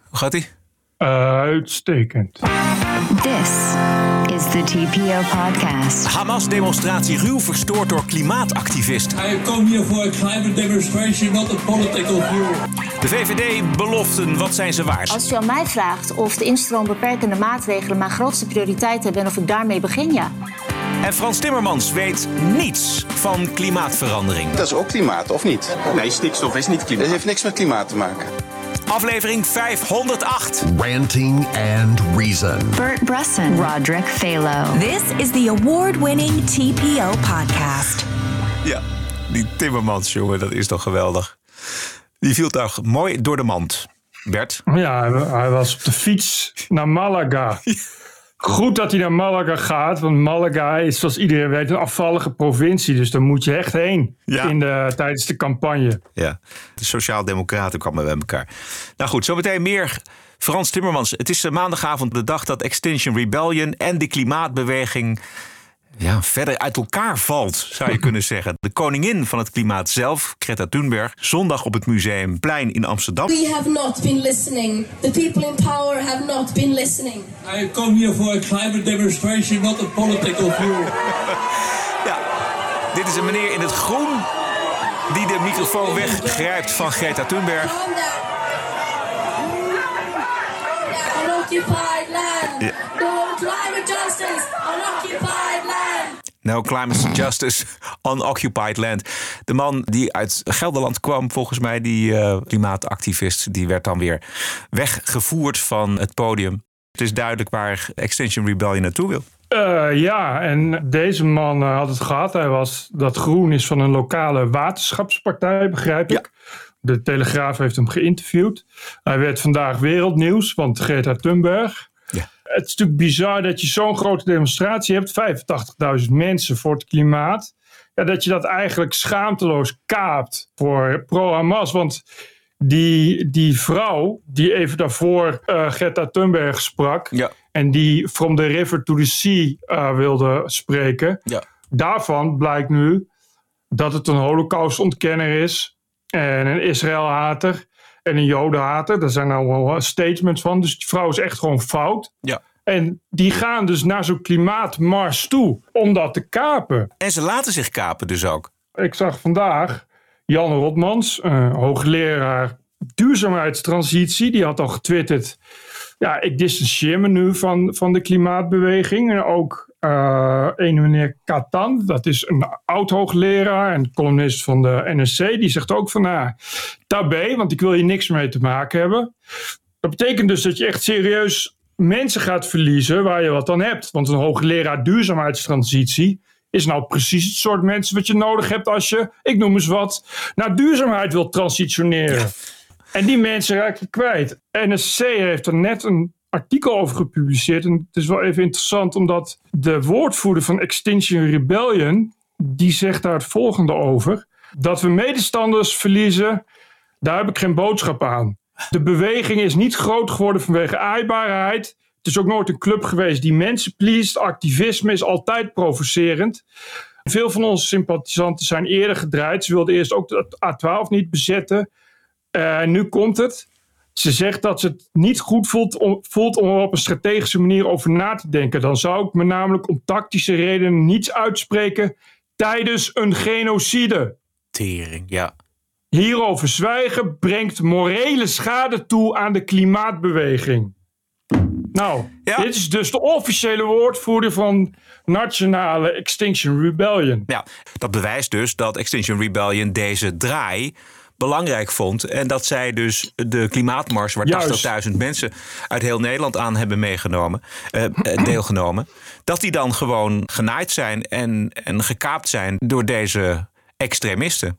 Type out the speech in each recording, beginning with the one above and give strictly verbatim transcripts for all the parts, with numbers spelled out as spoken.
Hoe gaat ie? Uitstekend. This is the T P O podcast. Hamas-demonstratie ruw verstoord door klimaatactivist. I come here for a climate demonstration, not a political view. De V V D-beloften, wat zijn ze waard? Als u aan mij vraagt of de instroombeperkende maatregelen mijn grootste prioriteit hebben en of ik daarmee begin, ja. En Frans Timmermans weet niets van klimaatverandering. Dat is ook klimaat, of niet? Nee, stikstof is niet klimaat. Dat heeft niks met klimaat te maken. Aflevering vijfhonderdacht. Ranting and Reason. Bert Bresson. Roderick Phalo. This is the award-winning T P O podcast. Ja, die Timmermans, jongen, dat is toch geweldig. Die viel toch mooi door de mand, Bert. Ja, hij was op de fiets naar Malaga. Goed dat hij naar Malaga gaat, want Malaga is, zoals iedereen weet, een afvallige provincie. Dus daar moet je echt heen Ja. in de, tijdens de campagne. Ja, de Sociaaldemocraten kwamen bij elkaar. Nou goed, zometeen meer Frans Timmermans. Het is maandagavond de dag dat Extinction Rebellion en de klimaatbeweging ja, verder uit elkaar valt, zou je kunnen zeggen. De koningin van het klimaat zelf, Greta Thunberg, zondag op het Museumplein in Amsterdam. We have not been listening. The people in power have not been listening. I come here for a climate demonstration, not a political view. Ja, dit is een meneer in het groen die de microfoon weggrijpt van Greta Thunberg. Calm down. Unoccupied land. Ja. No climate justice. Unoccupied land. No climate justice on occupied land. De man die uit Gelderland kwam, volgens mij, die uh, klimaatactivist, die werd dan weer weggevoerd van het podium. Het is duidelijk waar Extinction Rebellion naartoe wil. Uh, ja, en deze man uh, had het gehad. Hij was, dat groen is van een lokale waterschapspartij, begrijp ik. Ja. De Telegraaf heeft hem geïnterviewd. Hij werd vandaag wereldnieuws, want Greta Thunberg. Ja. Het is natuurlijk bizar dat je zo'n grote demonstratie hebt. vijfentachtigduizend mensen voor het klimaat. Ja, dat je dat eigenlijk schaamteloos kaapt voor pro-Hamas. Want die, die vrouw die even daarvoor uh, Greta Thunberg sprak. Ja. En die from the river to the sea uh, wilde spreken. Ja. Daarvan blijkt nu dat het een holocaustontkenner is. En een Israël-hater. En een Jodenhater. Daar zijn nou wel statements van. Dus die vrouw is echt gewoon fout. Ja. En die gaan dus naar zo'n klimaatmars toe. Om dat te kapen. En ze laten zich kapen dus ook. Ik zag vandaag Jan Rotmans, uh, hoogleraar duurzaamheidstransitie. Die had al getwitterd. Ja, ik distancieer me nu van, van de klimaatbeweging. En ook uh, een meneer Katan. Dat is een oud-hoogleraar en columnist van de N R C. Die zegt ook van, nou, tabé, want ik wil hier niks mee te maken hebben. Dat betekent dus dat je echt serieus mensen gaat verliezen waar je wat aan hebt. Want een hoogleraar duurzaamheidstransitie is nou precies het soort mensen wat je nodig hebt als je, ik noem eens wat, naar duurzaamheid wilt transitioneren. Ja. En die mensen raak je kwijt. N R C heeft er net een artikel over gepubliceerd. En het is wel even interessant, omdat de woordvoerder van Extinction Rebellion, die zegt daar het volgende over. Dat we medestanders verliezen, daar heb ik geen boodschap aan. De beweging is niet groot geworden vanwege aaibaarheid. Het is ook nooit een club geweest die mensen pleest. Activisme is altijd provocerend. Veel van onze sympathisanten zijn eerder gedraaid. Ze wilden eerst ook de A twaalf niet bezetten. Uh, nu komt het. Ze zegt dat ze het niet goed voelt om, voelt om er op een strategische manier over na te denken. Dan zou ik me namelijk om tactische redenen niets uitspreken tijdens een genocide. Tering, ja. Hierover zwijgen brengt morele schade toe aan de klimaatbeweging. Nou, ja. Dit is dus de officiële woordvoerder van Nationale Extinction Rebellion. Ja, dat bewijst dus dat Extinction Rebellion deze draai belangrijk vond. En dat zij dus de klimaatmars, waar tachtigduizend mensen uit heel Nederland aan hebben meegenomen, uh, deelgenomen, dat die dan gewoon genaaid zijn en, en gekaapt zijn door deze extremisten.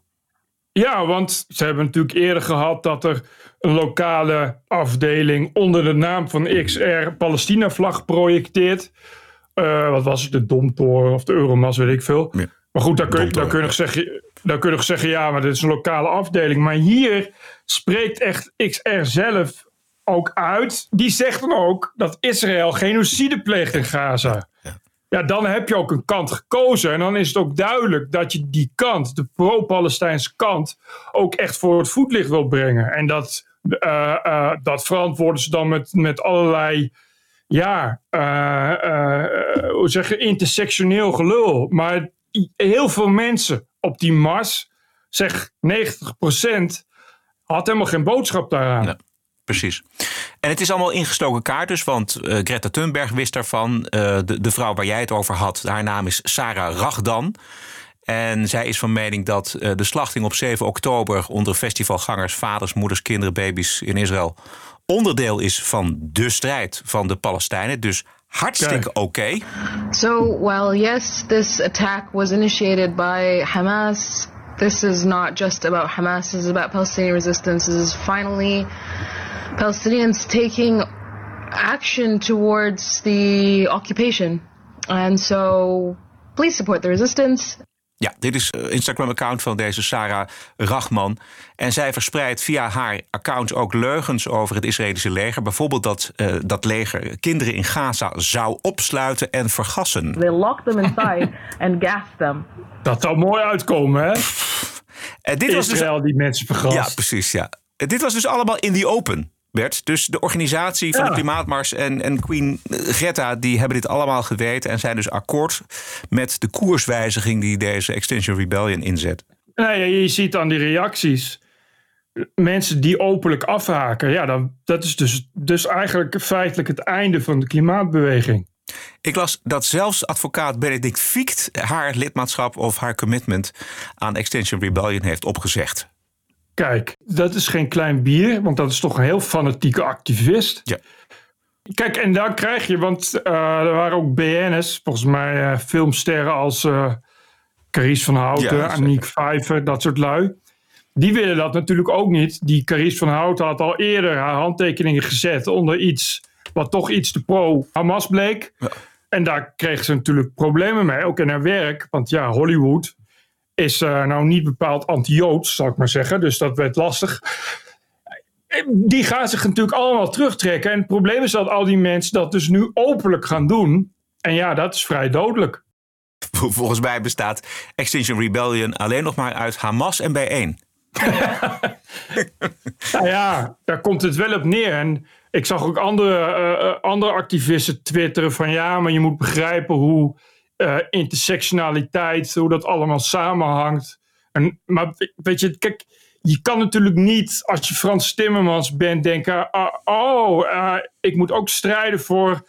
Ja, want ze hebben natuurlijk eerder gehad dat er een lokale afdeling onder de naam van X R Palestina-vlag projecteert. Uh, wat was het? De Domtoren of de Euromas, weet ik veel. Ja. Maar goed, daar kun, daar kun je zeggen, daar kun je zeggen, ja, maar dit is een lokale afdeling. Maar hier spreekt echt X R zelf ook uit. Die zegt dan ook dat Israël genocide pleegt in Gaza. Ja. Ja, dan heb je ook een kant gekozen. En dan is het ook duidelijk dat je die kant, de pro-Palestijnse kant, ook echt voor het voetlicht wil brengen. En dat Uh, uh, dat verantwoorden ze dan met, met allerlei, ja, uh, uh, hoe zeg je, intersectioneel gelul. Maar heel veel mensen op die mars, zeg negentig procent, had helemaal geen boodschap daaraan. Nee, precies. En het is allemaal ingestoken kaart dus, want uh, Greta Thunberg wist daarvan. Uh, de, de vrouw waar jij het over had, haar naam is Sarah Ragdan. En zij is van mening dat uh, de slachting op zeven oktober onder festivalgangers, vaders, moeders, kinderen, baby's in Israël onderdeel is van de strijd van de Palestijnen. Dus hartstikke oké. Okay. So, while yes, this attack was initiated by Hamas, this is not just about Hamas, this is about Palestinian resistance. This is finally Palestinians taking action towards the occupation. And so, please support the resistance. Ja, dit is een Instagram-account van deze Sarah Rachman. En zij verspreidt via haar account ook leugens over het Israëlische leger. Bijvoorbeeld dat uh, dat leger kinderen in Gaza zou opsluiten en vergassen. They locked them inside and gassed them. Dat zou mooi uitkomen, hè? En dit was Israël dus, die mensen vergast. Ja, precies, ja. En dit was dus allemaal in the open, Bert. Dus de organisatie van ja. de Klimaatmars en, en Queen Greta, die hebben dit allemaal geweten en zijn dus akkoord met de koerswijziging die deze Extinction Rebellion inzet. Nou ja, je ziet aan die reacties mensen die openlijk afhaken. Ja, dan, dat is dus, dus eigenlijk feitelijk het einde van de klimaatbeweging. Ik las dat zelfs advocaat Benedict Viecht haar lidmaatschap of haar commitment aan Extinction Rebellion heeft opgezegd. Kijk, dat is geen klein bier, want dat is toch een heel fanatieke activist. Ja. Kijk, en dan krijg je, want uh, er waren ook B N'ers, volgens mij uh, filmsterren als uh, Carice van Houten, ja, Aniek Vijver, dat soort lui. Die willen dat natuurlijk ook niet. Die Carice van Houten had al eerder haar handtekeningen gezet onder iets wat toch iets te pro-Hamas bleek. Ja. En daar kreeg ze natuurlijk problemen mee, ook in haar werk. Want ja, Hollywood is uh, nou niet bepaald anti-Joods, zou ik maar zeggen. Dus dat werd lastig. Die gaan zich natuurlijk allemaal terugtrekken. En het probleem is dat al die mensen dat dus nu openlijk gaan doen. En ja, dat is vrij dodelijk. Volgens mij bestaat Extinction Rebellion alleen nog maar uit Hamas en B één. Nou ja, daar komt het wel op neer. En ik zag ook andere, uh, andere activisten twitteren van ja, maar je moet begrijpen hoe uh, intersectionaliteit, hoe dat allemaal samenhangt. En, maar weet je, kijk, je kan natuurlijk niet, als je Frans Timmermans bent, denken, uh, oh, uh, ik moet ook strijden voor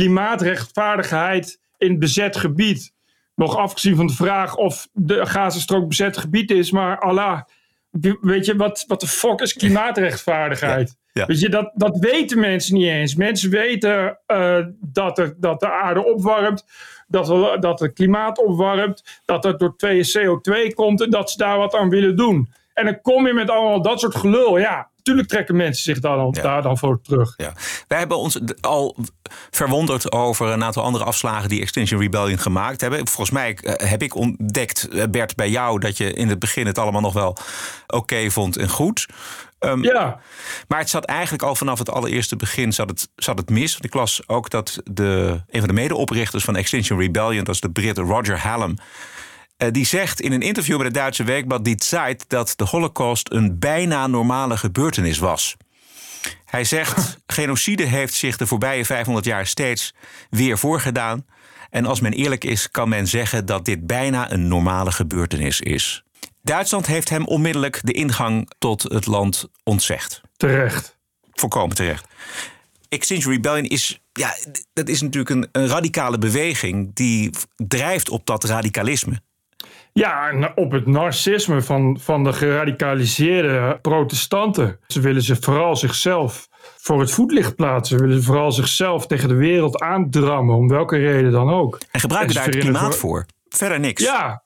klimaatrechtvaardigheid in bezet gebied. Nog afgezien van de vraag of de Gazastrook bezet gebied is, maar Allah, weet je, wat, wat de fuck is klimaatrechtvaardigheid? Ja. Ja. Weet je, dat, dat weten mensen niet eens. Mensen weten uh, dat, er, dat de aarde opwarmt, dat, er, dat het klimaat opwarmt, dat er door twee C O twee komt en dat ze daar wat aan willen doen. En dan kom je met allemaal dat soort gelul. Ja, natuurlijk trekken mensen zich daar dan, ja. daar dan voor terug. Ja. Wij hebben ons al verwonderd over een aantal andere afslagen die Extinction Rebellion gemaakt hebben. Volgens mij heb ik ontdekt, Bert, bij jou dat je in het begin het allemaal nog wel oké okay vond en goed. Um, ja. Maar het zat eigenlijk al vanaf het allereerste begin zat het, zat het mis. Want ik las ook dat de, een van de medeoprichters van Extinction Rebellion, dat is de Brit Roger Hallam, uh, die zegt in een interview met het Duitse weekblad Die Zeit dat de Holocaust een bijna normale gebeurtenis was. Hij zegt, genocide heeft zich de voorbije vijfhonderd jaar steeds weer voorgedaan. En als men eerlijk is, kan men zeggen dat dit bijna een normale gebeurtenis is. Duitsland heeft hem onmiddellijk de ingang tot het land ontzegd. Terecht. Volkomen terecht. Extinction Rebellion is, ja, dat is natuurlijk een, een radicale beweging die drijft op dat radicalisme. Ja, en op het narcisme van, van de geradicaliseerde protestanten. Ze willen zich vooral zichzelf voor het voetlicht plaatsen. Ze willen vooral zichzelf tegen de wereld aandrammen, om welke reden dan ook. En gebruiken en daar het klimaat voor. Verder niks. Ja,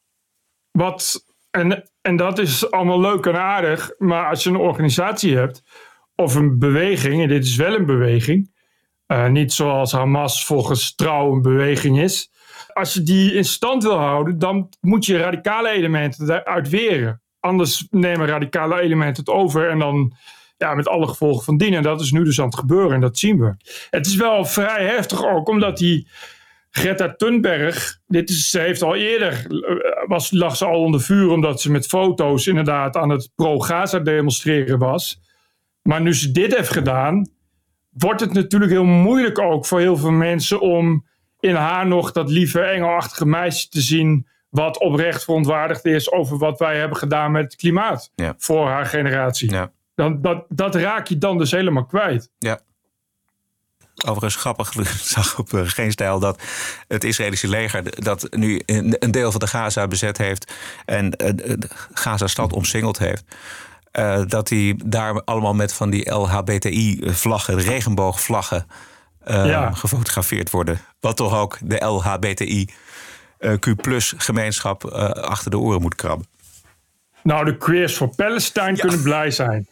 wat... En, en dat is allemaal leuk en aardig. Maar als je een organisatie hebt, of een beweging, en dit is wel een beweging, uh, niet zoals Hamas volgens trouw een beweging is. Als je die in stand wil houden, dan moet je radicale elementen eruit weren. Anders nemen radicale elementen het over en dan ja, met alle gevolgen van dien. En dat is nu dus aan het gebeuren en dat zien we. Het is wel vrij heftig ook, omdat die Greta Thunberg, dit is, ze heeft al eerder, was, lag ze al onder vuur omdat ze met foto's inderdaad aan het pro-Gaza demonstreren was. Maar nu ze dit heeft gedaan, wordt het natuurlijk heel moeilijk ook voor heel veel mensen om in haar nog dat lieve engelachtige meisje te zien wat oprecht verontwaardigd is over wat wij hebben gedaan met het klimaat ja. voor haar generatie. Ja. Dan, dat, dat raak je dan dus helemaal kwijt. Ja. Overigens grappig, ik zag op Geen Stijl dat het Israëlische leger dat nu een deel van de Gaza bezet heeft en de Gaza-stad omsingeld heeft. Uh, dat die daar allemaal met van die L H B T I-vlaggen, regenboogvlaggen, uh, ja. gefotografeerd worden. Wat toch ook de L H B T I Q plus gemeenschap uh, achter de oren moet krabben. Nou, de queers voor Palestine ja. kunnen blij zijn.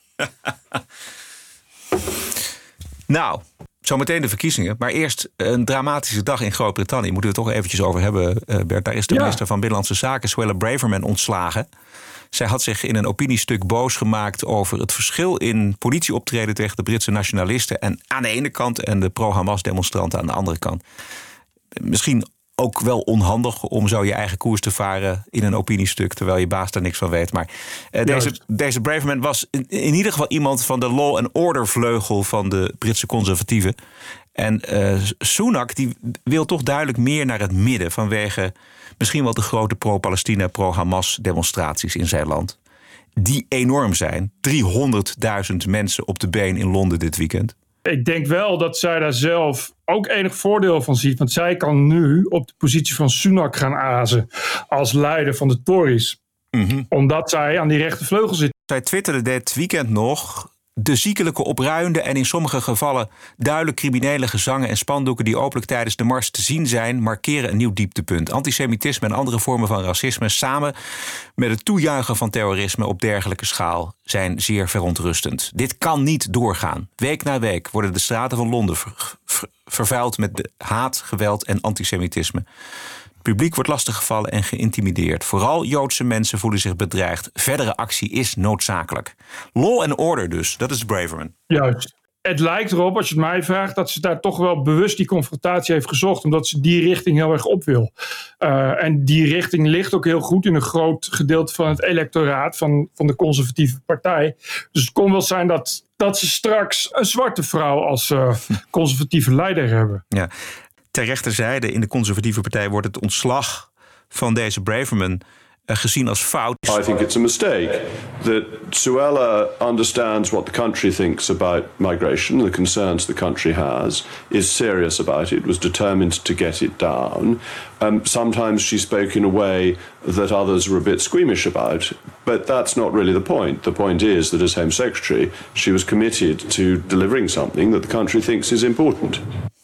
Nou, zometeen de verkiezingen. Maar eerst een dramatische dag in Groot-Brittannië. Moeten we het toch eventjes over hebben, uh, Bert. Daar is de ja. minister van Binnenlandse Zaken, Suella Braverman, ontslagen. Zij had zich in een opiniestuk boos gemaakt over het verschil in politieoptreden tegen de Britse nationalisten en aan de ene kant en de pro-Hamas-demonstranten aan de andere kant. Misschien ook wel onhandig om zo je eigen koers te varen in een opiniestuk, terwijl je baas daar niks van weet. Maar uh, deze, deze Braverman was in, in ieder geval iemand van de law and order vleugel van de Britse conservatieven. En uh, Sunak die wil toch duidelijk meer naar het midden vanwege misschien wel de grote pro-Palestina, pro-Hamas demonstraties in zijn land. Die enorm zijn. driehonderdduizend mensen op de been in Londen dit weekend. Ik denk wel dat zij daar zelf ook enig voordeel van ziet. Want zij kan nu op de positie van Sunak gaan azen als leider van de Tories. Mm-hmm. Omdat zij aan die rechtervleugel zit. Zij twitterde dit weekend nog: de ziekelijke, opruiende en in sommige gevallen duidelijk criminele gezangen en spandoeken die openlijk tijdens de mars te zien zijn, markeren een nieuw dieptepunt. Antisemitisme en andere vormen van racisme samen met het toejuichen van terrorisme op dergelijke schaal zijn zeer verontrustend. Dit kan niet doorgaan. Week na week worden de straten van Londen ver, ver, vervuild met haat, geweld en antisemitisme. Het publiek wordt lastiggevallen en geïntimideerd. Vooral Joodse mensen voelen zich bedreigd. Verdere actie is noodzakelijk. Law and order dus, dat is Braverman. Juist. Het lijkt erop, als je het mij vraagt, dat ze daar toch wel bewust die confrontatie heeft gezocht. Omdat ze die richting heel erg op wil. Uh, en die richting ligt ook heel goed in een groot gedeelte van het electoraat van, van de conservatieve partij. Dus het kon wel zijn dat, dat ze straks een zwarte vrouw als uh, conservatieve leider hebben. Ja. Ter rechterzijde in de conservatieve partij wordt het ontslag van deze Braverman uh, gezien als fout. I think it's a mistake that Suella understands what the country thinks about migration, the concerns the country has, is serious about it, was determined to get it down. Um, sometimes she spoke in a way that others were a bit squeamish about, but that's not really the point. The point is that as Home Secretary, she was committed to delivering something that the country thinks is important.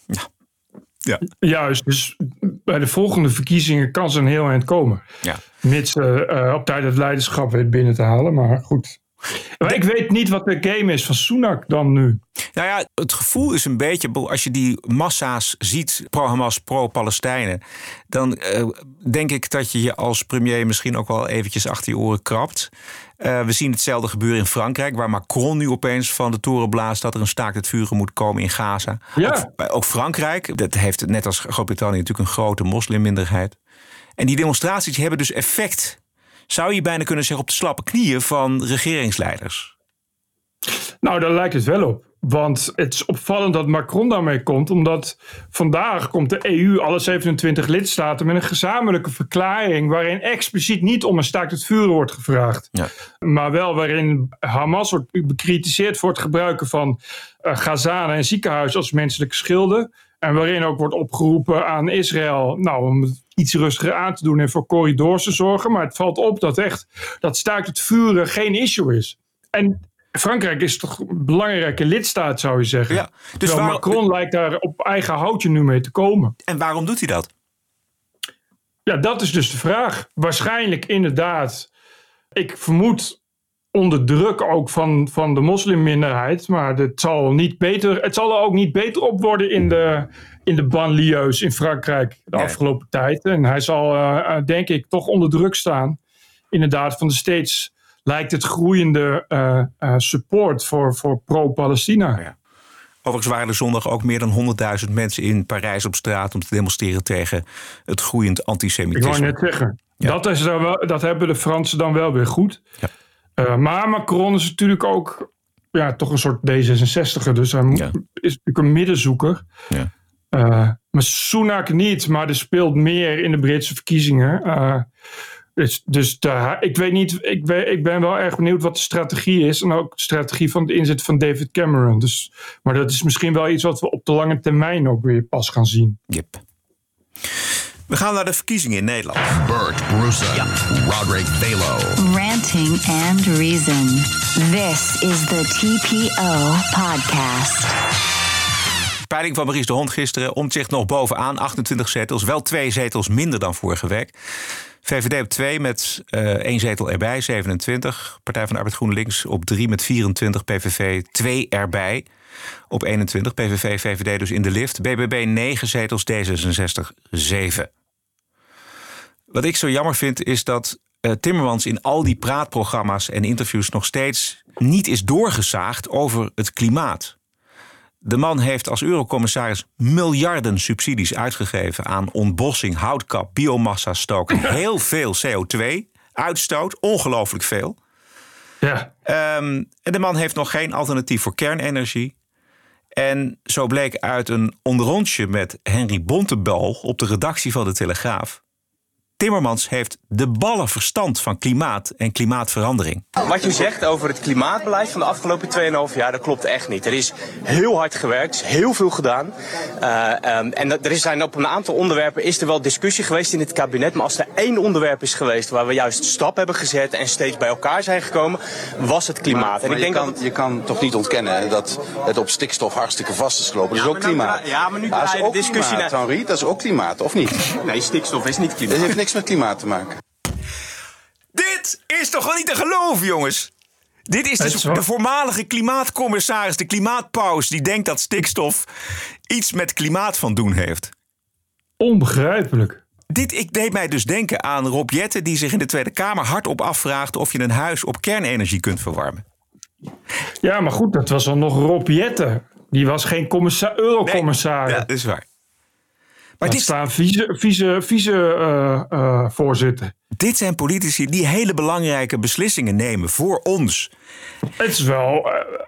Ja. Juist, dus bij de volgende verkiezingen kan ze een heel eind komen. Ja. Mits uh, uh, op tijd het leiderschap weet binnen te halen, maar goed. Maar ik weet niet wat de game is van Sunak dan nu. Nou ja, het gevoel is een beetje, als je die massa's ziet, pro-Hamas, pro-Palestijnen, dan uh, denk ik dat je je als premier misschien ook wel eventjes achter je oren krabt. Uh, we zien hetzelfde gebeuren in Frankrijk, waar Macron nu opeens van de toren blaast dat er een staakt het vuren moet komen in Gaza. Ja. Ook, ook Frankrijk, dat heeft net als Groot-Brittannië natuurlijk een grote moslimminderheid. En die demonstraties hebben dus effect, zou je bijna kunnen zeggen, op de slappe knieën van regeringsleiders. Nou, daar lijkt het wel op. Want het is opvallend dat Macron daarmee komt, omdat vandaag komt de E U, alle zevenentwintig lidstaten, met een gezamenlijke verklaring waarin expliciet niet om een staakt het vuren wordt gevraagd. Ja. Maar wel waarin Hamas wordt bekritiseerd voor het gebruiken van uh, gazanen en ziekenhuizen als menselijke schilden. En waarin ook wordt opgeroepen aan Israël nou, om het iets rustiger aan te doen en voor corridors te zorgen. Maar het valt op dat echt dat staakt het vuren geen issue is. En Frankrijk is toch een belangrijke lidstaat, zou je zeggen. Ja, dus waar... Macron lijkt daar op eigen houtje nu mee te komen. En waarom doet hij dat? Ja, dat is dus de vraag. Waarschijnlijk inderdaad, ik vermoed onder druk ook van, van de moslimminderheid. Maar het zal, niet beter, het zal er ook niet beter op worden in de, in de banlieues in Frankrijk de nee. afgelopen tijd. En hij zal, uh, denk ik, toch onder druk staan. Inderdaad, van de steeds lijkt het groeiende uh, uh, support voor, voor pro-Palestina. Ja. Overigens waren er zondag ook meer dan honderdduizend mensen in Parijs op straat om te demonstreren tegen het groeiend antisemitisme. Ik wou net zeggen, ja. dat, is er wel, dat hebben de Fransen dan wel weer goed. Ja. Uh, maar Macron is natuurlijk ook ja, toch een soort D zesenzestiger. Dus hij ja. is natuurlijk een middenzoeker. Ja. Uh, maar Sunak niet, maar er speelt meer in de Britse verkiezingen. Uh, dus dus de, ik weet niet, ik ben, ik ben wel erg benieuwd wat de strategie is. En ook de strategie van het inzet van David Cameron. Dus, maar dat is misschien wel iets wat we op de lange termijn ook weer pas gaan zien. Yep. We gaan naar de verkiezingen in Nederland. Bert Brussen, ja. Roderick Balo. Ranting and Reason. This is the T P O podcast. Peiling van Maurice de Hond gisteren. Omtzigt nog bovenaan, achtentwintig zetels. Wel twee zetels minder dan vorige week. V V D op twee met uh, één zetel erbij, zevenentwintig. Partij van de Arbeid GroenLinks op drie met vierentwintig. P V V twee erbij op eenentwintig. P V V, V V D dus in de lift. B B B negen zetels, D zesenzestig zeven. Wat ik zo jammer vind is dat uh, Timmermans in al die praatprogramma's en interviews nog steeds niet is doorgezaagd over het klimaat. De man heeft als eurocommissaris miljarden subsidies uitgegeven aan ontbossing, houtkap, biomassa stoken. Heel veel C O twee uitstoot, ongelooflijk veel. Ja. Um, en de man heeft nog geen alternatief voor kernenergie. En zo bleek uit een onderrondje met Henry Bontebal op de redactie van de Telegraaf. Timmermans heeft de ballen verstand van klimaat en klimaatverandering. Wat u zegt over het klimaatbeleid van de afgelopen twee komma vijf jaar, dat klopt echt niet. Er is heel hard gewerkt, er is heel veel gedaan. Uh, um, en er zijn op een aantal onderwerpen is er wel discussie geweest in het kabinet. Maar als er één onderwerp is geweest waar we juist stap hebben gezet en steeds bij elkaar zijn gekomen, was het klimaat. Maar, en maar ik denk je, kan, dat... je kan toch niet ontkennen dat het op stikstof hartstikke vast is gelopen. Dat ja, is ook klimaat. Nou, ja, maar nu dat is ook de discussie klimaat, naar... Henri. Dat is ook klimaat, of niet? Nee, stikstof is niet klimaat. Dat heeft niks met klimaat te maken. Dit is toch wel niet te geloven, jongens? Dit is dus de voormalige klimaatcommissaris, de klimaatpaus, die denkt dat stikstof iets met klimaat van doen heeft. Onbegrijpelijk. Dit ik deed mij dus denken aan Rob Jetten, die zich in de Tweede Kamer hardop afvraagt of je een huis op kernenergie kunt verwarmen. Ja, maar goed, dat was dan nog Rob Jetten. Die was geen commissa- eurocommissaris. Nee, ja, dat is waar. Maar dit staan vice, vice, vice uh, uh, voorzitter. Dit zijn politici die hele belangrijke beslissingen nemen voor ons. Het is wel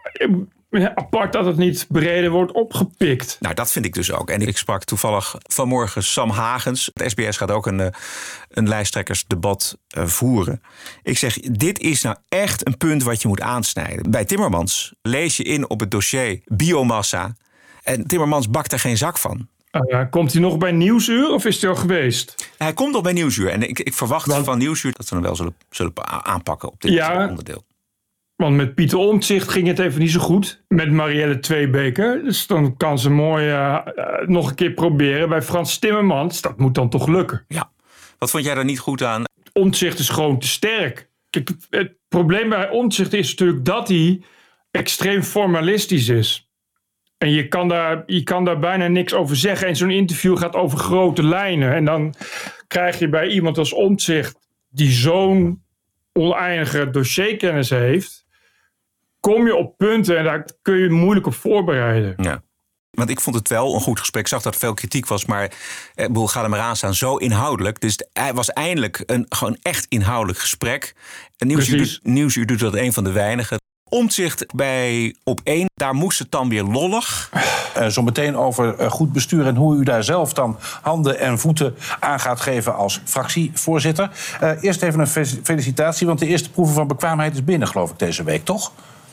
uh, apart dat het niet breder wordt opgepikt. Nou, dat vind ik dus ook. En ik sprak toevallig vanmorgen Sam Hagens. Het S B S gaat ook een, een lijsttrekkersdebat uh, voeren. Ik zeg, dit is nou echt een punt wat je moet aansnijden. Bij Timmermans lees je in op het dossier biomassa. En Timmermans bakt er geen zak van. Uh, komt hij nog bij Nieuwsuur of is hij al geweest? Hij komt nog bij Nieuwsuur. En ik, ik verwacht want, van Nieuwsuur dat ze hem wel zullen, zullen aanpakken op dit ja, onderdeel. Want met Pieter Omtzigt ging het even niet zo goed. Met Marielle Tweebeke. Dus dan kan ze mooi uh, uh, nog een keer proberen. Bij Frans Timmermans, dat moet dan toch lukken. Ja. Wat vond jij daar niet goed aan? Omtzigt is gewoon te sterk. Kijk, het probleem bij Omtzigt is natuurlijk dat hij extreem formalistisch is. En je kan, daar, je kan daar bijna niks over zeggen. En zo'n interview gaat over grote lijnen. En dan krijg je bij iemand als Omtzigt, die zo'n oneindige dossierkennis heeft, kom je op punten en daar kun je moeilijk op voorbereiden. Ja. Want ik vond het wel een goed gesprek. Ik zag dat er veel kritiek was, maar ik bedoel, ga er maar aan staan. Zo inhoudelijk. Dus het was eindelijk een gewoon echt inhoudelijk gesprek. En Nieuwsuur doet, Nieuwsuur doet dat een van de weinigen. Omtzigt bij Op één, daar moest het dan weer lollig. Uh, zo meteen over uh, goed bestuur en hoe u daar zelf dan handen en voeten aan gaat geven als fractievoorzitter. Uh, eerst even een felicitatie, want de eerste proeven van bekwaamheid is binnen, geloof ik, deze week, toch?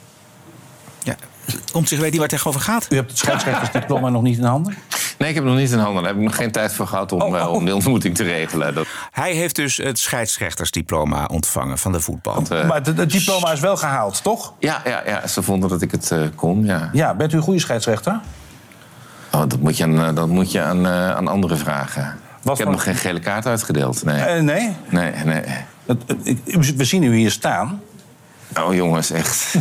Ja, Omtzigt weet niet waar het echt over gaat. U hebt het scheidsrechtersdiploma nog niet in handen? Nee, ik heb het nog niet in handen. Daar heb ik nog geen tijd voor gehad om, oh, oh. Uh, om de ontmoeting te regelen. Dat... Hij heeft dus het scheidsrechtersdiploma ontvangen van de voetbal. Want, uh, maar het diploma is wel gehaald, toch? Ja, ja, ja, ze vonden dat ik het uh, kon, ja. Ja, bent u een goede scheidsrechter? Oh, dat moet je aan, dat moet je aan, uh, aan anderen vragen. Wat ik heb van... nog geen gele kaart uitgedeeld, nee. Uh, nee? Nee, nee. Het, het, we zien u hier staan. Oh, jongens, echt.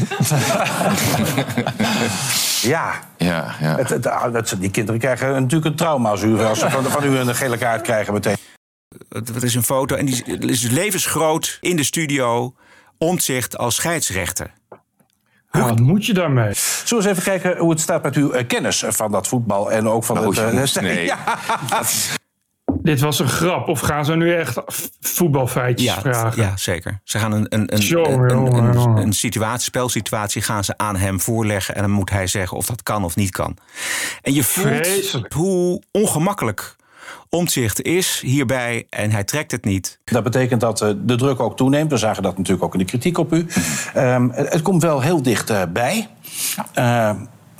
ja. Ja, ja. Het, het, het, die kinderen krijgen natuurlijk een trauma als, u, als ze van, van u een gele kaart krijgen meteen. Het is een foto en die is levensgroot in de studio. Omtzigt als scheidsrechter. Hoe wat moet je daarmee? Zullen we eens even kijken hoe het staat met uw uh, kennis van dat voetbal en ook van oh, het... Uh, jongens, nee. Ja. dit was een grap. Of gaan ze nu echt voetbalfeitjes ja, vragen? Ja, zeker. Ze gaan een, een, een, Jongen, een, jongen, een, jongen. een situatie, spelsituatie gaan ze aan hem voorleggen. En dan moet hij zeggen of dat kan of niet kan. En je voelt Vreselijk. hoe ongemakkelijk Omtzigt is hierbij en hij trekt het niet. Dat betekent dat uh, de druk ook toeneemt. We zagen dat natuurlijk ook in de kritiek op u. Um, het, het komt wel heel dichtbij. Uh,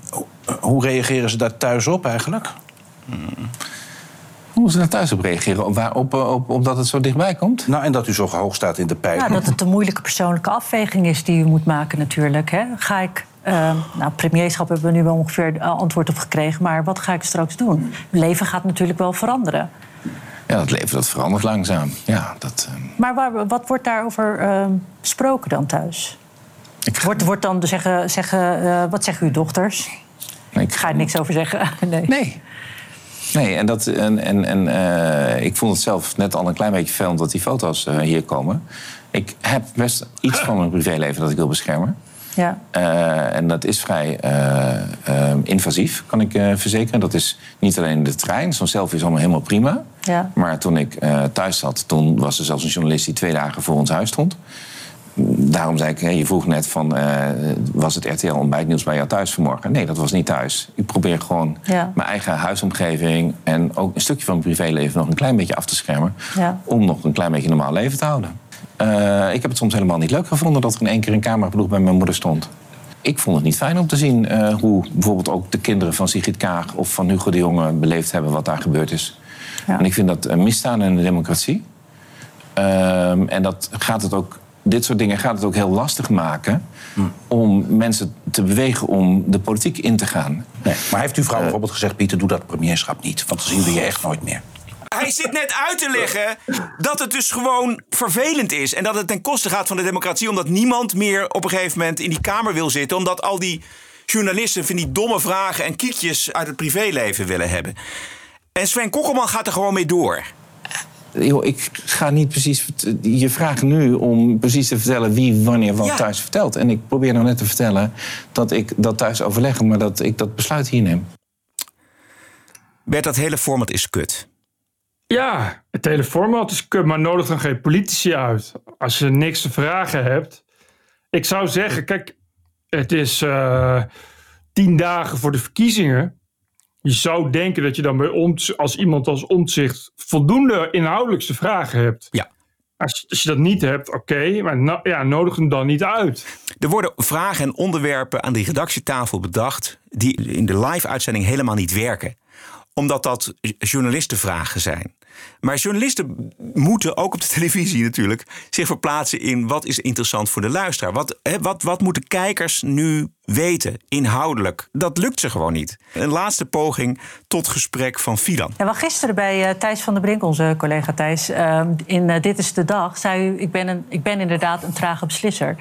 hoe reageren ze daar thuis op eigenlijk? Hmm. Hoe ze daar thuis op reageren? Op, waar, op, op, omdat het zo dichtbij komt? Nou, en dat u zo hoog staat in de pijl. Ja, dat het een moeilijke persoonlijke afweging is die u moet maken natuurlijk. Hè. Ga ik... Uh, nou, premierschap hebben we nu wel ongeveer uh, antwoord op gekregen. Maar wat ga ik straks doen? Mijn leven gaat natuurlijk wel veranderen. Ja, dat leven dat verandert langzaam. Ja, dat, uh... Maar waar, wat wordt daarover uh, besproken dan thuis? Ik... Wordt, wordt dan zeggen, zeggen uh, wat zeggen uw dochters? Nee, ik ga er niks over zeggen. nee. nee. Nee, en, dat, en, en, en uh, ik vond het zelf net al een klein beetje vervelend dat die foto's uh, hier komen. Ik heb best iets van mijn privéleven dat ik wil beschermen. Ja. Uh, en dat is vrij uh, uh, invasief, kan ik uh, verzekeren. Dat is niet alleen de trein. Zo'n selfie is allemaal helemaal prima. Ja. Maar toen ik uh, thuis zat, toen was er zelfs een journalist die twee dagen voor ons huis stond. Daarom zei ik, je vroeg net van, uh, was het R T L ontbijtnieuws bij jou thuis vanmorgen? Nee, dat was niet thuis. Ik probeer gewoon ja. mijn eigen huisomgeving en ook een stukje van mijn privéleven nog een klein beetje af te schermen. Ja. Om nog een klein beetje een normaal leven te houden. Uh, ik heb het soms helemaal niet leuk gevonden dat er in één keer een cameraploeg bij mijn moeder stond. Ik vond het niet fijn om te zien uh, hoe bijvoorbeeld ook de kinderen van Sigrid Kaag of van Hugo de Jonge beleefd hebben wat daar gebeurd is. Ja. En ik vind dat een misstaan in de democratie. Uh, en dat gaat het ook, dit soort dingen gaat het ook heel lastig maken hm. om mensen te bewegen om de politiek in te gaan. Nee, maar heeft uw vrouw uh, bijvoorbeeld gezegd, Pieter, doe dat premierschap niet, want dan zien we je echt nooit meer. Hij zit net uit te leggen dat het dus gewoon vervelend is. En dat het ten koste gaat van de democratie. Omdat niemand meer op een gegeven moment in die Kamer wil zitten. Omdat al die journalisten van die domme vragen en kiekjes uit het privéleven willen hebben. En Sven Kokkelman gaat er gewoon mee door. Yo, ik ga niet precies... Je vraagt nu om precies te vertellen wie wanneer wat ja. thuis vertelt. En ik probeer nou net te vertellen dat ik dat thuis overleg, maar dat ik dat besluit hier neem. Bert, dat hele format is kut. Ja, het hele format is kut, maar nodig dan geen politici uit. Als je niks te vragen hebt. Ik zou zeggen, kijk, het is uh, tien dagen voor de verkiezingen. Je zou denken dat je dan bij Omtzigt, als iemand als Omtzigt voldoende inhoudelijkste vragen hebt. Ja. Als, als je dat niet hebt, oké, okay, maar no, ja, nodig hem dan niet uit. Er worden vragen en onderwerpen aan die redactietafel bedacht die in de live-uitzending helemaal niet werken. Omdat dat journalistenvragen zijn. Maar journalisten moeten, ook op de televisie natuurlijk, zich verplaatsen in wat is interessant voor de luisteraar. Wat, hè, wat, wat moeten kijkers nu weten, inhoudelijk? Dat lukt ze gewoon niet. Een laatste poging tot gesprek van Fidan. Ja, wel gisteren bij uh, Thijs van der Brink, onze collega Thijs, uh, in uh, Dit is de Dag, zei u, ik ben, een, ik ben inderdaad een trage beslisser.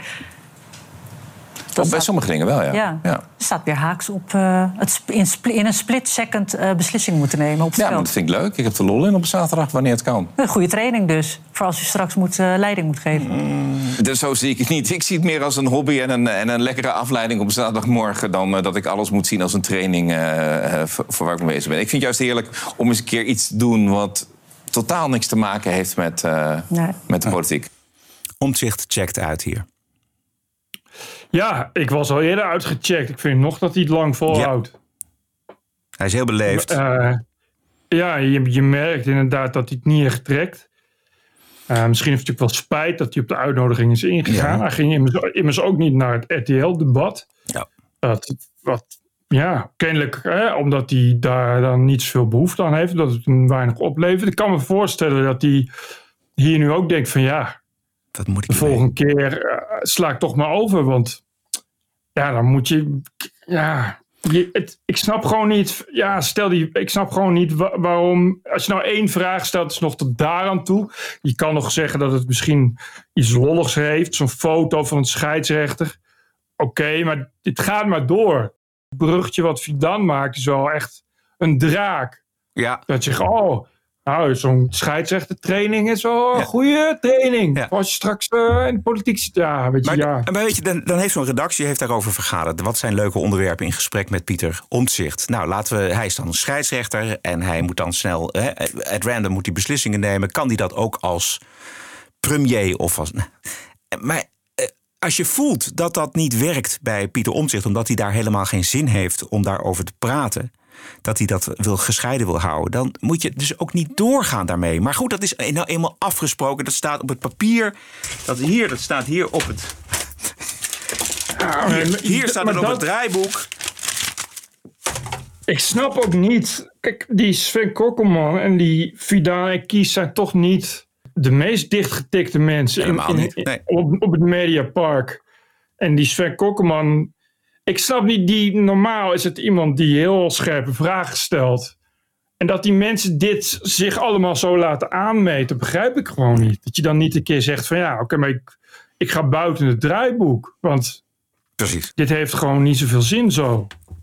Dat bij staat, sommige dingen wel, ja. Ja, ja. Er staat weer haaks op uh, het in, in een split second uh, beslissing moeten nemen op het ja, veld. Maar dat vind ik leuk. Ik heb de lol in op zaterdag wanneer het kan. Een goede training dus, voor als u straks moet, uh, leiding moet geven. Mm, dus zo zie ik het niet. Ik zie het meer als een hobby en een, en een lekkere afleiding op zaterdagmorgen dan uh, dat ik alles moet zien als een training uh, uh, voor, voor waar ik mee bezig ben. Ik vind het juist heerlijk om eens een keer iets te doen wat totaal niks te maken heeft met, uh, nee. met de politiek. Omtzigt checkt uit hier. Ja, ik was al eerder uitgecheckt. Ik vind nog dat hij het lang volhoudt. Ja. Hij is heel beleefd. Uh, ja, je, je merkt inderdaad dat hij het niet echt trekt. Uh, misschien heeft hij natuurlijk wel spijt dat hij op de uitnodiging is ingegaan. Ja. Hij ging immers, immers ook niet naar het R T L-debat. Ja. Dat, wat, ja, kennelijk, hè, omdat hij daar dan niet zoveel behoefte aan heeft. Dat het hem weinig oplevert. Ik kan me voorstellen dat hij hier nu ook denkt van ja... Wat moet ik de volgende keer uh, sla ik toch maar over. Want ja, dan moet je... Ja, je, het, ik snap gewoon niet... Ja, stel die... Ik snap gewoon niet wa- waarom... Als je nou één vraag stelt, is nog tot daaraan toe. Je kan nog zeggen dat het misschien iets lolligs heeft. Zo'n foto van een scheidsrechter. Oké, okay, maar dit gaat maar door. Het bruggetje wat Fidan maakt is wel echt een draak. Ja. Dat je... Oh, Nou, zo'n scheidsrechtertraining is wel een ja. goede training. Ja. Als je straks uh, in de politiek zit, ja, weet je, maar, ja. Maar weet je, dan, dan heeft zo'n redactie heeft daarover vergaderd. Wat zijn leuke onderwerpen in gesprek met Pieter Omtzigt? Nou, laten we, hij is dan een scheidsrechter en hij moet dan snel, hè, at random moet hij beslissingen nemen. Kan hij dat ook als premier of als... Maar als je voelt dat dat niet werkt bij Pieter Omtzigt, omdat hij daar helemaal geen zin heeft om daarover te praten, dat hij dat wil gescheiden wil houden, dan moet je dus ook niet doorgaan daarmee. Maar goed, dat is nou eenmaal afgesproken. Dat staat op het papier. Dat hier, dat staat hier op het... Hier, hier staat het op dat... het draaiboek. Ik snap ook niet... Kijk, die Sven Kokkelman en die Vidane Kies zijn toch niet de meest dichtgetikte mensen in, in, in, nee. op, op het Mediapark. En die Sven Kokkelman... Ik snap niet, die, normaal is het iemand die heel scherpe vragen stelt. En dat die mensen dit zich allemaal zo laten aanmeten, begrijp ik gewoon niet. Dat je dan niet een keer zegt van ja, oké, okay, maar ik, ik ga buiten het draaiboek. Want Precies. Dit heeft gewoon niet zoveel zin zo.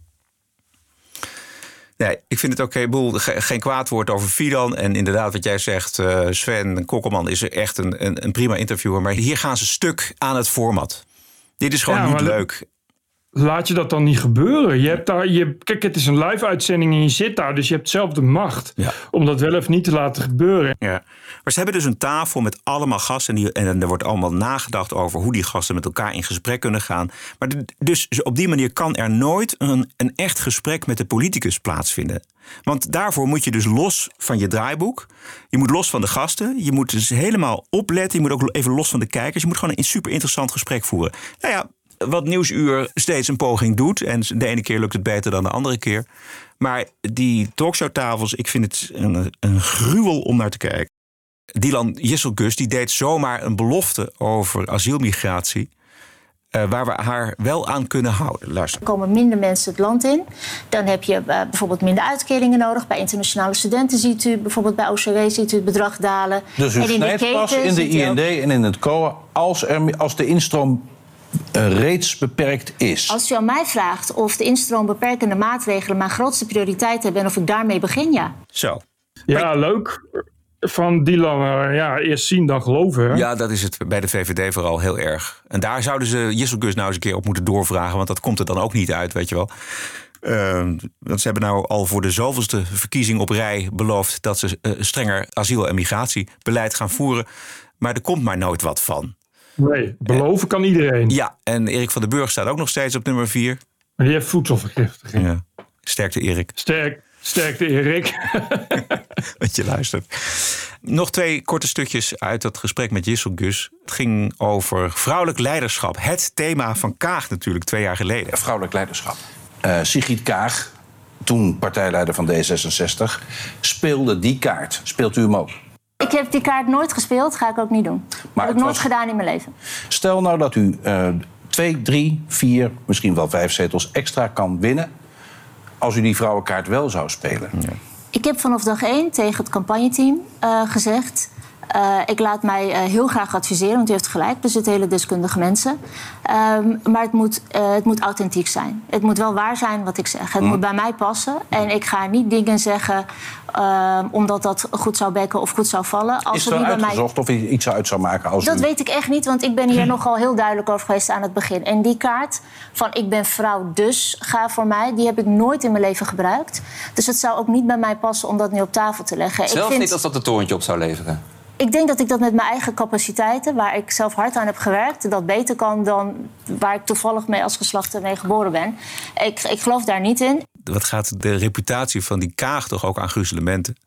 Nee, ik vind het ook okay, boel, geen kwaad woord over Fidan. En inderdaad, wat jij zegt, uh, Sven Kokkelman is echt een, een, een prima interviewer. Maar hier gaan ze stuk aan het format. Dit is gewoon ja, niet leuk. Laat je dat dan niet gebeuren. Je hebt daar, je, kijk, het is een live-uitzending en je zit daar. Dus je hebt zelf de macht ja. om dat wel of niet te laten gebeuren. Ja. Maar ze hebben dus een tafel met allemaal gasten. En, die, en er wordt allemaal nagedacht over hoe die gasten met elkaar in gesprek kunnen gaan. Maar de, dus op die manier kan er nooit een, een echt gesprek met de politicus plaatsvinden. Want daarvoor moet je dus los van je draaiboek. Je moet los van de gasten. Je moet dus helemaal opletten. Je moet ook even los van de kijkers. Je moet gewoon een super interessant gesprek voeren. Nou ja, wat Nieuwsuur steeds een poging doet. En de ene keer lukt het beter dan de andere keer. Maar die talkshowtafels, ik vind het een, een gruwel om naar te kijken. Dylan Jesselgus die deed zomaar een belofte over asielmigratie. Uh, waar we haar wel aan kunnen houden. Luister. Er komen minder mensen het land in. Dan heb je uh, bijvoorbeeld minder uitkeringen nodig. Bij internationale studenten ziet u, bijvoorbeeld bij O C W ziet u het bedrag dalen. Dus u snijdt pas in de I N D en in het C O A als, er, als de instroom Uh, reeds beperkt is. Als u aan mij vraagt of de instroombeperkende maatregelen mijn grootste prioriteit hebben en of ik daarmee begin, ja. Zo. Ja, maar leuk. Van Dylan, uh, ja, eerst zien dan geloven. Hè? Ja, dat is het bij de V V D vooral heel erg. En daar zouden ze Jesselgus nou eens een keer op moeten doorvragen, want dat komt er dan ook niet uit, weet je wel. Uh, want ze hebben nou al voor de zoveelste verkiezing op rij beloofd dat ze uh, strenger asiel- en migratiebeleid gaan voeren. Maar er komt maar nooit wat van. Nee, beloven kan iedereen. Ja, en Erik van den Burg staat ook nog steeds op nummer vier. Maar die heeft voedselvergiftiging. Ja. Sterkte Erik. Sterk, sterkte Erik. Want je luistert. Nog twee korte stukjes uit dat gesprek met Jesselgus. Het ging over vrouwelijk leiderschap. Het thema van Kaag natuurlijk, twee jaar geleden. Vrouwelijk leiderschap. Uh, Sigrid Kaag, toen partijleider van D zesenzestig, speelde die kaart. Speelt u hem ook? Ik heb die kaart nooit gespeeld, ga ik ook niet doen. Maar dat heb ik nooit was... gedaan in mijn leven. Stel nou dat u uh, twee, drie, vier, misschien wel vijf zetels extra kan winnen als u die vrouwenkaart wel zou spelen. Ja. Ik heb vanaf dag één tegen het campagneteam uh, gezegd... Uh, ik laat mij uh, heel graag adviseren, want u heeft gelijk. Er zitten hele deskundige mensen. Um, maar het moet, uh, het moet authentiek zijn. Het moet wel waar zijn wat ik zeg. Het mm. moet bij mij passen. En ik ga niet dingen zeggen uh, omdat dat goed zou bekken of goed zou vallen. Als Is er niet uitgezocht bij mij... of iets uit zou maken? Als dat u... weet ik echt niet, want ik ben hier nogal heel duidelijk over geweest aan het begin. En die kaart van ik ben vrouw, dus ga voor mij... die heb ik nooit in mijn leven gebruikt. Dus het zou ook niet bij mij passen om dat nu op tafel te leggen. Zelfs ik vind... niet als dat een torentje op zou leveren? Ik denk dat ik dat met mijn eigen capaciteiten, waar ik zelf hard aan heb gewerkt, dat beter kan dan waar ik toevallig mee als geslacht mee geboren ben. Ik, ik geloof daar niet in. Wat gaat de reputatie van die Kaag toch ook aan gruzelementen?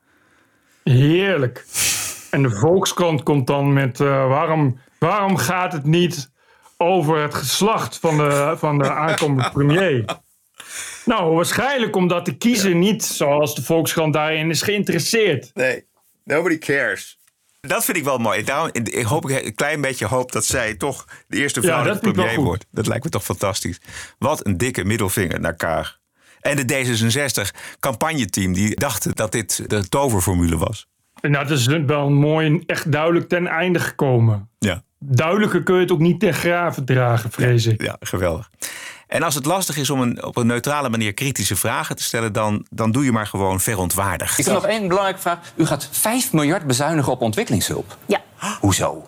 Heerlijk. En de Volkskrant komt dan met uh, waarom, waarom gaat het niet over het geslacht van de, van de aankomende premier? Nou, waarschijnlijk omdat de kiezer niet, zoals de Volkskrant daarin is geïnteresseerd. Nee, nobody cares. Dat vind ik wel mooi. Daarom ik hoop ik een klein beetje hoop dat zij toch de eerste vrouwelijke ja, premier wordt. Dat lijkt me toch fantastisch. Wat een dikke middelvinger naar Kaag. En de D zesenzestig-campagneteam die dachten dat dit de toverformule was. Nou, dat is wel mooi echt duidelijk ten einde gekomen. Ja. Duidelijker kun je het ook niet ten grave dragen, vrees ik. Ja, geweldig. En als het lastig is om een, op een neutrale manier kritische vragen te stellen... dan, dan doe je maar gewoon verontwaardigd. Ik heb nog één belangrijke vraag. U gaat vijf miljard bezuinigen op ontwikkelingshulp. Ja. Hoezo?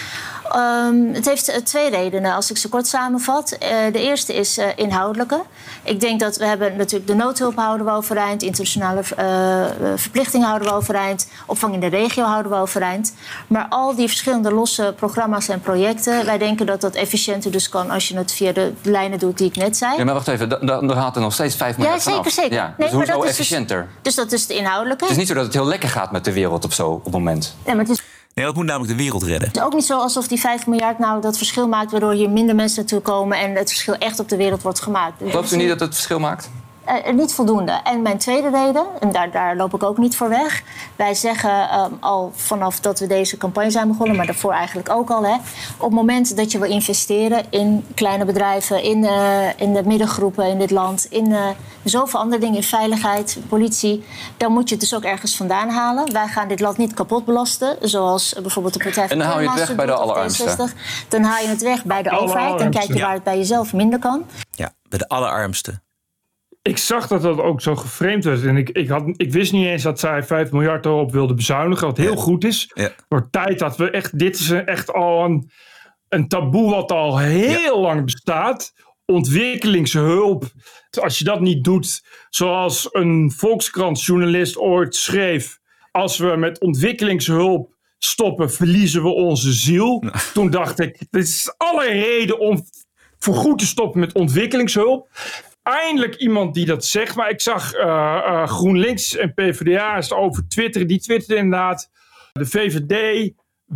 Um, het heeft uh, twee redenen, als ik ze kort samenvat. Uh, de eerste is uh, inhoudelijke. Ik denk dat we hebben natuurlijk de noodhulp houden we overeind... internationale uh, verplichtingen houden we overeind... opvang in de regio houden we overeind. Maar al die verschillende losse programma's en projecten... wij denken dat dat efficiënter dus kan... als je het via de lijnen doet die ik net zei. Ja, maar wacht even, dan haalt er nog steeds vijf miljard Ja, zeker, vanaf. zeker. Ja, Nee, dus hoe maar dat zo is efficiënter? Dus, dus dat is de inhoudelijke. Het is niet zo dat het heel lekker gaat met de wereld of zo op het moment. Ja, maar het is... Nee, dat moet namelijk de wereld redden. Het is ook niet zo alsof die vijf miljard nou dat verschil maakt... waardoor hier minder mensen naartoe komen... en het verschil echt op de wereld wordt gemaakt. Gelooft u niet dat het verschil maakt? Uh, niet voldoende. En mijn tweede reden, en daar, daar loop ik ook niet voor weg... wij zeggen um, al vanaf dat we deze campagne zijn begonnen... maar daarvoor eigenlijk ook al... Hè, op het moment dat je wil investeren in kleine bedrijven... in, uh, in de middengroepen in dit land... in uh, zoveel andere dingen, in veiligheid, politie... dan moet je het dus ook ergens vandaan halen. Wij gaan dit land niet kapot belasten... zoals uh, bijvoorbeeld de Partij van En dan hou je het weg bij de allerarmsten. Dan haal je het weg bij de overheid... en kijk je waar het bij jezelf minder kan. Ja, bij de allerarmsten. Ik zag dat dat ook zo geframed werd. En ik, ik, had, ik wist niet eens dat zij vijf miljard erop wilde bezuinigen. Wat heel ja. goed is. Ja. Voor tijd dat we echt... Dit is echt al een, een taboe wat al heel ja. lang bestaat. Ontwikkelingshulp. Als je dat niet doet zoals een Volkskrant-journalist ooit schreef... als we met ontwikkelingshulp stoppen, verliezen we onze ziel. Nou. Toen dacht ik, dit is alle reden om voorgoed te stoppen met ontwikkelingshulp... Eindelijk iemand die dat zegt. Maar ik zag uh, uh, GroenLinks en PvdA's over twitteren. Die twitterden inderdaad. De V V D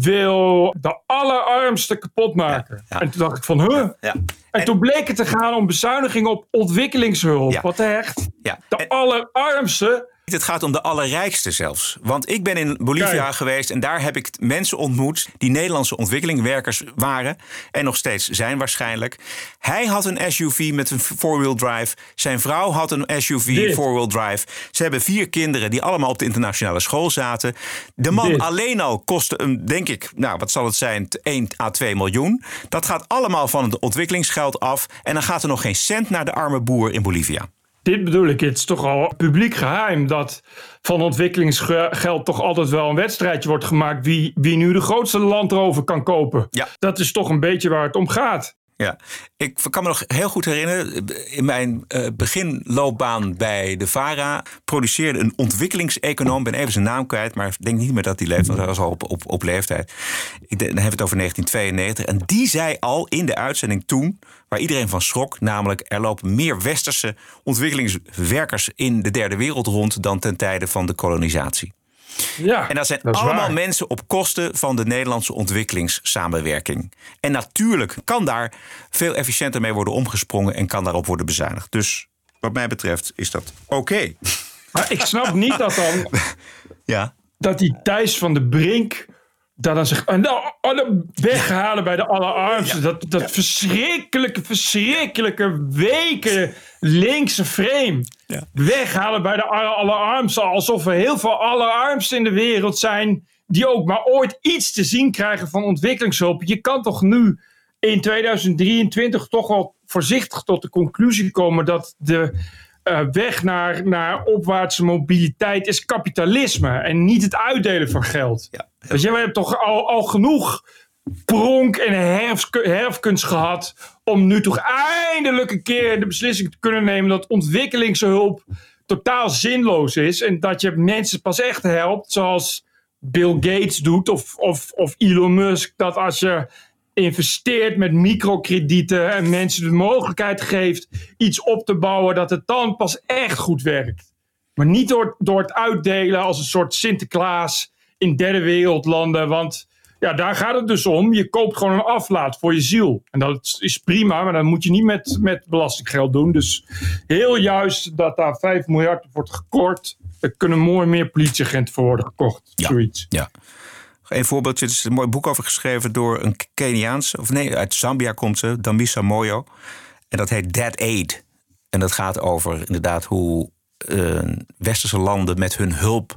wil de allerarmsten kapot maken. Ja, ja. En toen dacht ik van, huh? Ja, ja. En, en toen bleek het te gaan om bezuiniging op ontwikkelingshulp. Ja. Wat echt? Ja. De en... allerarmsten... Het gaat om de allerrijkste zelfs. Want ik ben in Bolivia Kijk. geweest en daar heb ik mensen ontmoet... die Nederlandse ontwikkelingwerkers waren en nog steeds zijn waarschijnlijk. Hij had een S U V met een four-wheel drive. Zijn vrouw had een S U V Dit. four-wheel drive. Ze hebben vier kinderen die allemaal op de internationale school zaten. De man Dit. alleen al kostte, denk ik, nou wat zal het zijn, één à twee miljoen. Dat gaat allemaal van het ontwikkelingsgeld af. En dan gaat er nog geen cent naar de arme boer in Bolivia. Dit bedoel ik, het is toch al publiek geheim dat van ontwikkelingsgeld toch altijd wel een wedstrijdje wordt gemaakt wie, wie nu de grootste landrover kan kopen. Ja. Dat is toch een beetje waar het om gaat. Ja, ik kan me nog heel goed herinneren, in mijn uh, beginloopbaan bij de VARA produceerde een ontwikkelingseconoom, ben even zijn naam kwijt, maar ik denk niet meer dat die leeft, want hij was al op, op, op leeftijd. Ik, dan hebben we het over negentien tweeënnegentig. En die zei al in de uitzending toen, waar iedereen van schrok, namelijk er lopen meer westerse ontwikkelingswerkers in de derde wereld rond dan ten tijde van de kolonisatie. Ja, en dat zijn dat allemaal waar. mensen op kosten van de Nederlandse ontwikkelingssamenwerking. En natuurlijk kan daar veel efficiënter mee worden omgesprongen en kan daarop worden bezuinigd. Dus wat mij betreft is dat oké. Okay. Maar ik snap niet dat dan ja. dat die Thijs van de Brink dat dan zich nou, weghalen bij de allerarmsten. Ja. Dat, dat ja. verschrikkelijke, verschrikkelijke weken linkse frame. Ja. Weghalen bij de allerarmsten. Alsof er heel veel allerarmsten in de wereld zijn die ook maar ooit iets te zien krijgen van ontwikkelingshulp. Je kan toch nu in tweeduizend drieëntwintig toch wel voorzichtig tot de conclusie komen dat de uh, weg naar, naar opwaartse mobiliteit is kapitalisme en niet het uitdelen van geld. Ja. Dus jij hebt toch al, al genoeg pronk en herf, herfkunst gehad om nu toch eindelijk een keer de beslissing te kunnen nemen dat ontwikkelingshulp totaal zinloos is en dat je mensen pas echt helpt zoals Bill Gates doet of, of, of Elon Musk, dat als je investeert met microkredieten en mensen de mogelijkheid geeft iets op te bouwen, dat het dan pas echt goed werkt. Maar niet door, door het uitdelen als een soort Sinterklaas in derde wereldlanden, want ja, daar gaat het dus om. Je koopt gewoon een aflaat voor je ziel. En dat is prima, maar dan moet je niet met, met belastinggeld doen. Dus heel juist dat daar vijf miljard wordt gekort. Er kunnen mooi meer politieagenten voor worden gekocht. Ja, zoiets. Ja. Een voorbeeldje, er is een mooi boek over geschreven door een Keniaanse, of nee, uit Zambia komt ze, Dambisa Moyo. En dat heet Dead Aid. En dat gaat over inderdaad hoe uh, westerse landen met hun hulp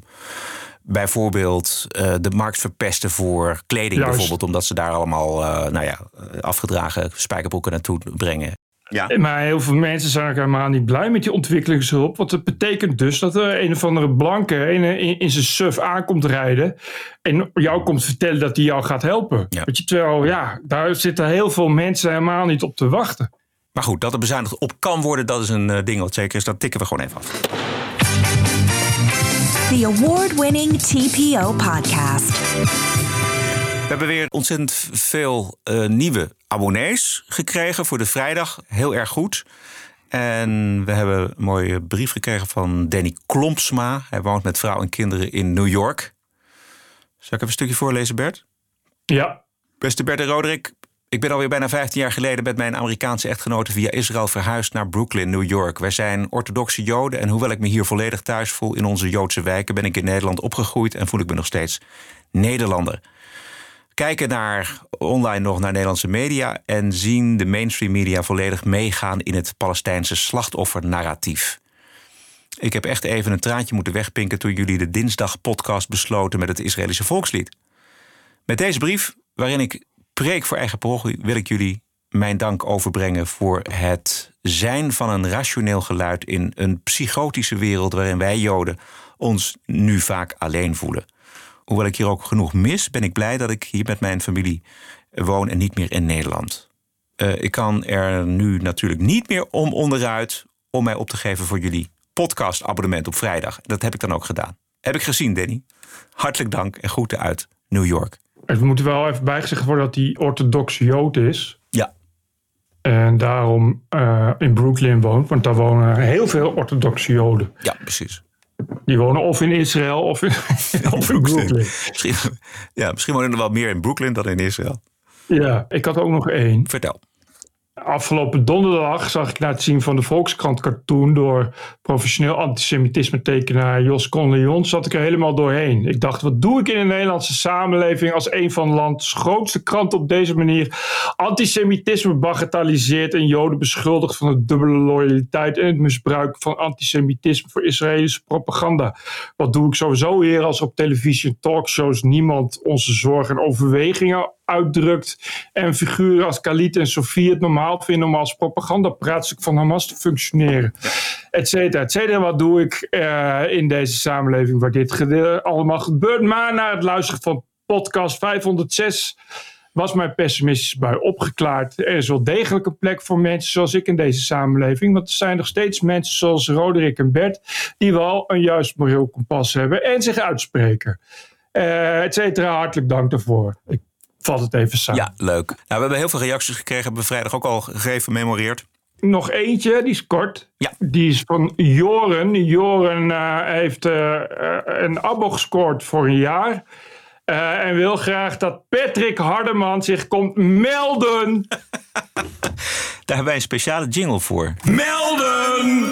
bijvoorbeeld uh, de markt verpesten voor kleding. Juist. Bijvoorbeeld omdat ze daar allemaal uh, nou ja, afgedragen spijkerbroeken naartoe brengen. Ja. Maar heel veel mensen zijn ook helemaal niet blij met die ontwikkelingshulp. Want dat betekent dus dat er een of andere blanke in, in, in zijn suf aankomt rijden. En jou komt vertellen dat hij jou gaat helpen. Ja. Weet je, terwijl, ja, daar zitten heel veel mensen helemaal niet op te wachten. Maar goed, dat er bezuinigd op kan worden, dat is een uh, ding wat zeker is. Dat tikken we gewoon even af. The award-winning T P O podcast. We hebben weer ontzettend veel uh, nieuwe abonnees gekregen voor de vrijdag. Heel erg goed. En we hebben een mooie brief gekregen van Danny Klompsma. Hij woont met vrouw en kinderen in New York. Zal ik even een stukje voorlezen, Bert? Ja. Beste Bert en Roderick, ik ben alweer bijna vijftien jaar geleden met mijn Amerikaanse echtgenote via Israël verhuisd naar Brooklyn, New York. Wij zijn orthodoxe Joden en hoewel ik me hier volledig thuis voel in onze Joodse wijken, ben ik in Nederland opgegroeid en voel ik me nog steeds Nederlander. Kijken naar online nog naar Nederlandse media en zien de mainstream media volledig meegaan in het Palestijnse slachtoffernarratief. Ik heb echt even een traantje moeten wegpinken toen jullie de dinsdag-podcast besloten met het Israëlische volkslied. Met deze brief, waarin ik preek voor eigen parochie, wil ik jullie mijn dank overbrengen voor het zijn van een rationeel geluid in een psychotische wereld waarin wij Joden ons nu vaak alleen voelen. Hoewel ik hier ook genoeg mis, ben ik blij dat ik hier met mijn familie woon en niet meer in Nederland. Uh, ik kan er nu natuurlijk niet meer om onderuit om mij op te geven voor jullie podcastabonnement op vrijdag. Dat heb ik dan ook gedaan. Heb ik gezien, Danny. Hartelijk dank en groeten uit New York. Het moet wel even bijgezegd worden dat hij orthodoxe Jood is. Ja. En daarom uh, in Brooklyn woont. Want daar wonen heel veel orthodoxe Joden. Ja, precies. Die wonen of in Israël of in, of in Brooklyn. Misschien, ja, misschien wonen er wel meer in Brooklyn dan in Israël. Ja, ik had ook nog één. Vertel. Afgelopen donderdag zag ik na het zien van de Volkskrant cartoon door professioneel antisemitisme tekenaar Jos Conleon, zat ik er helemaal doorheen. Ik dacht, wat doe ik in de Nederlandse samenleving als een van lands grootste kranten op deze manier antisemitisme bagatelliseert en Joden beschuldigt van de dubbele loyaliteit en het misbruik van antisemitisme voor Israëlische propaganda. Wat doe ik sowieso hier als op televisie en talkshows niemand onze zorgen en overwegingen uitdrukt en figuren als Khalid en Sofie het normaal vinden om als propagandapraatstuk van Hamas te functioneren. Et cetera, et cetera. Wat doe ik uh, in deze samenleving waar dit gede- allemaal gebeurt? Maar na het luisteren van podcast vijfhonderdzes was mijn pessimistische bui opgeklaard. Er is wel degelijk een plek voor mensen zoals ik in deze samenleving. Want er zijn nog steeds mensen zoals Roderick en Bert die wel een juist moreel kompas hebben en zich uitspreken. Uh, et cetera. Hartelijk dank daarvoor. Ik vat het even samen. Ja, leuk. Nou, we hebben heel veel reacties gekregen. Hebben we vrijdag ook al gememoreerd. Nog eentje, die is kort. Ja. Die is van Joren. Joren uh, heeft uh, een abo gescoord voor een jaar. Uh, en wil graag dat Patrick Hardeman zich komt melden. Daar hebben wij een speciale jingle voor. Melden!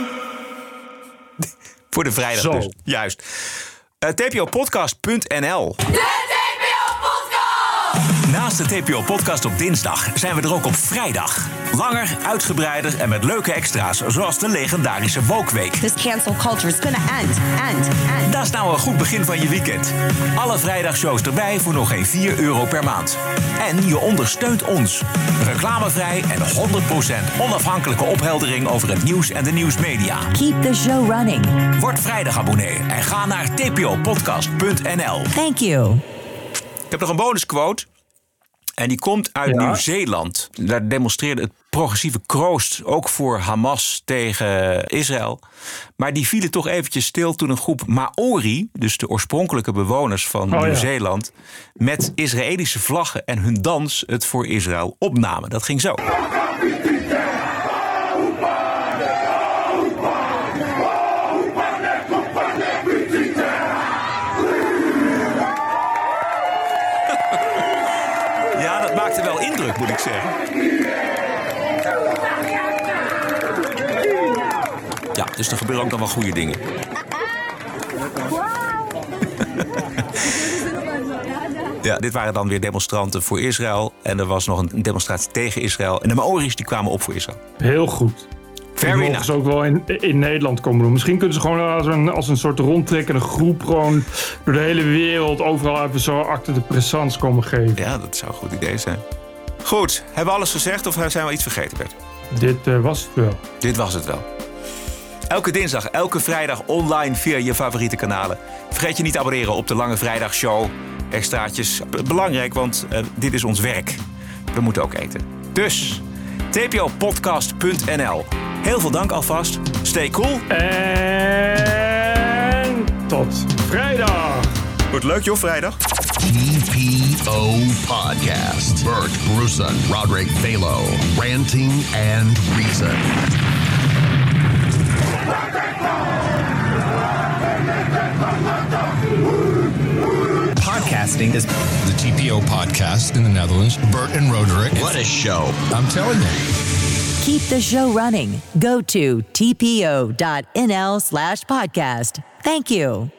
Voor de vrijdag Zo. dus. Juist. Uh, t p o podcast punt n l. Naast de T P O-podcast op dinsdag zijn we er ook op vrijdag. Langer, uitgebreider en met leuke extra's, zoals de legendarische Woke-week. This cancel culture is gonna end, end, end. Dat is nou een goed begin van je weekend. Alle vrijdagshows erbij voor nog geen vier euro per maand. En je ondersteunt ons. Reclamevrij en honderd procent onafhankelijke opheldering over het nieuws en de nieuwsmedia. Keep the show running. Word vrijdag-abonnee en ga naar t p o podcast punt n l. Thank you. Ik heb nog een bonusquote. En die komt uit ja. Nieuw-Zeeland. Daar demonstreerde het progressieve kroost ook voor Hamas tegen Israël. Maar die vielen toch eventjes stil toen een groep Maori, dus de oorspronkelijke bewoners van oh, Nieuw-Zeeland, ja. met Israëlische vlaggen en hun dans het voor Israël opnamen. Dat ging zo. Maakte wel indruk, moet ik zeggen. Ja, dus er gebeuren ook nog wel goede dingen. Ja, dit waren dan weer demonstranten voor Israël. En er was nog een demonstratie tegen Israël. En de Maori's die kwamen op voor Israël. Heel goed. Very mogen ze ook wel in, in Nederland komen doen. Misschien kunnen ze gewoon als een, als een soort rondtrekkende groep gewoon door de hele wereld overal even zo acte de présence komen geven. Ja, dat zou een goed idee zijn. Goed, hebben we alles gezegd of zijn we iets vergeten, Bert? dit uh, was het wel. Dit was het wel. Elke dinsdag, elke vrijdag online via je favoriete kanalen. Vergeet je niet te abonneren op de Lange Vrijdagshow. Extraatjes. Belangrijk, want uh, dit is ons werk. We moeten ook eten. Dus, t p o podcast punt n l. Heel veel dank alvast. Stay cool. En tot vrijdag. Wordt leuk joh, vrijdag. T P O Podcast. Bert Brussen, Roderick Balo. Ranting and Reason. Podcasting is the T P O podcast in the Netherlands. Bert and Roderick. What a show. I'm telling you. Keep the show running. Go to t p o dot n l slash podcast. Thank you.